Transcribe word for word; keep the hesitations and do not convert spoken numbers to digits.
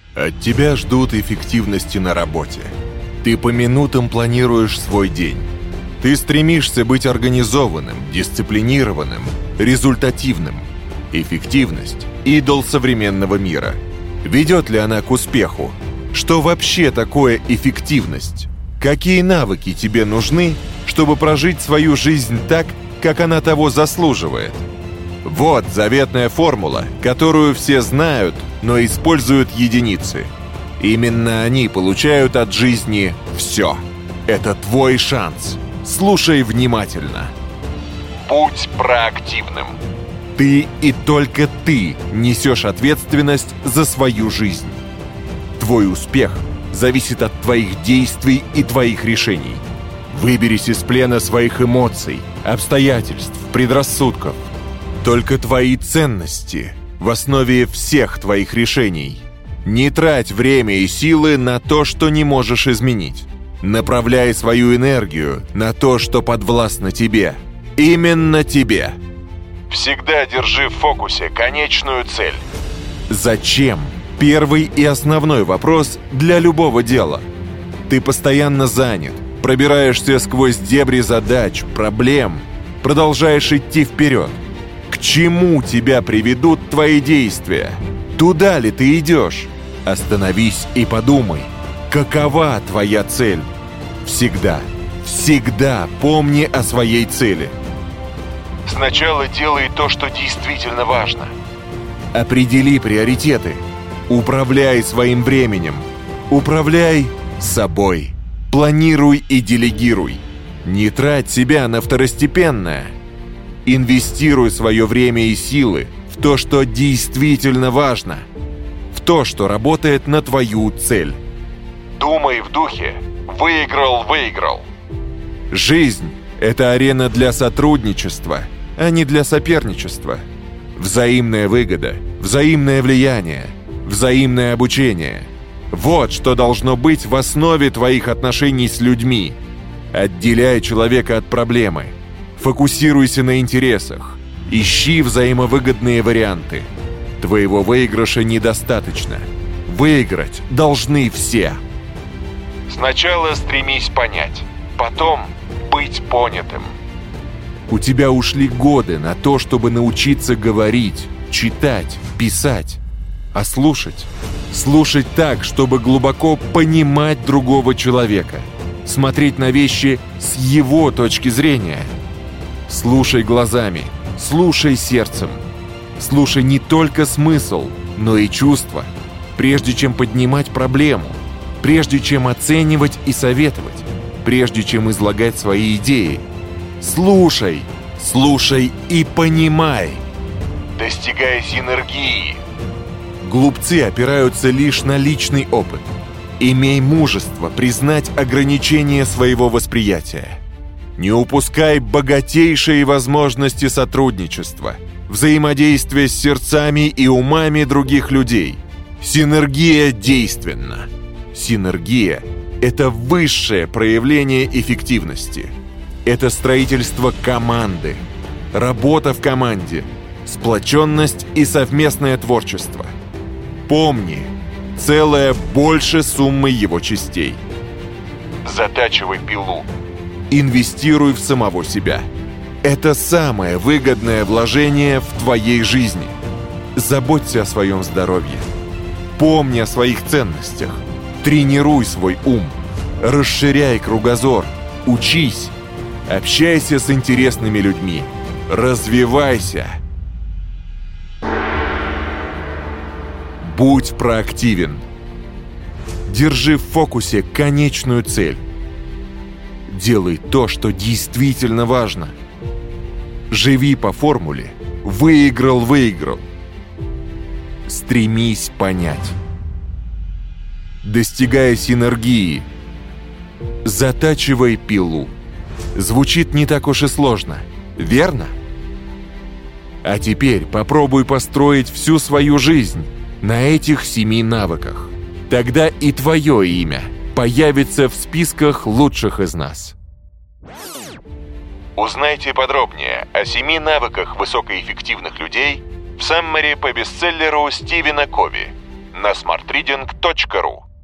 От тебя ждут эффективности на работе. Ты по минутам планируешь свой день. Ты стремишься быть организованным, дисциплинированным, результативным. Эффективность – идол современного мира. Ведет ли она к успеху? Что вообще такое эффективность? Какие навыки тебе нужны, чтобы прожить свою жизнь так, как она того заслуживает? Вот заветная формула, которую все знают, но используют единицы. Именно они получают от жизни все. Это твой шанс. Слушай внимательно. Будь проактивным. Ты и только ты несешь ответственность за свою жизнь. Твой успех зависит от твоих действий и твоих решений. Выберись из плена своих эмоций, обстоятельств, предрассудков. Только твои ценности в основе всех твоих решений. Не трать время и силы на то, что не можешь изменить. Направляй свою энергию на то, что подвластно тебе. Именно тебе. Всегда держи в фокусе конечную цель. Зачем? Первый и основной вопрос для любого дела. Ты постоянно занят, пробираешься сквозь дебри задач, проблем, продолжаешь идти вперед. К чему тебя приведут твои действия? Туда ли ты идешь? Остановись и подумай, какова твоя цель? Всегда, всегда помни о своей цели. Сначала делай то, что действительно важно. Определи приоритеты. Управляй своим временем. Управляй собой. Планируй и делегируй. Не трать себя на второстепенное. Инвестируй свое время и силы в то, что действительно важно. В то, что работает на твою цель. Думай в духе «выиграл-выиграл». Жизнь – это арена для сотрудничества, а не для соперничества. Взаимная выгода, взаимное влияние, взаимное обучение – вот что должно быть в основе твоих отношений с людьми. Отделяй человека от проблемы. Фокусируйся на интересах. Ищи взаимовыгодные варианты. Твоего выигрыша недостаточно. Выиграть должны все. Сначала стремись понять, потом быть понятым. У тебя ушли годы на то, чтобы научиться говорить, читать, писать. А слушать? Слушать так, чтобы глубоко понимать другого человека. Смотреть на вещи с его точки зрения. Слушай глазами, слушай сердцем. Слушай не только смысл, но и чувства, прежде чем поднимать проблему, прежде чем оценивать и советовать, прежде чем излагать свои идеи. Слушай, слушай и понимай. Достигай синергии. Глупцы опираются лишь на личный опыт. Имей мужество признать ограничения своего восприятия. Не упускай богатейшие возможности сотрудничества, взаимодействия с сердцами и умами других людей. Синергия действенна. Синергия – это высшее проявление эффективности. Это строительство команды, работа в команде, сплоченность и совместное творчество. Помни, целое больше суммы его частей. Затачивай пилу. Инвестируй в самого себя. Это самое выгодное вложение в твоей жизни. Заботься о своем здоровье. Помни о своих ценностях. Тренируй свой ум. Расширяй кругозор. Учись. Общайся с интересными людьми. Развивайся. Будь проактивен. Держи в фокусе конечную цель. Делай то, что действительно важно. Живи по формуле «выиграл-выиграл». Стремись понять. Достигай синергии. Затачивай пилу. Звучит не так уж и сложно, верно? А теперь попробуй построить всю свою жизнь на этих семи навыках. Тогда и твое имя появится в списках лучших из нас. Узнайте подробнее о семи навыках высокоэффективных людей в саммари по бестселлеру Стивена Кови на смарт ридинг точка ру.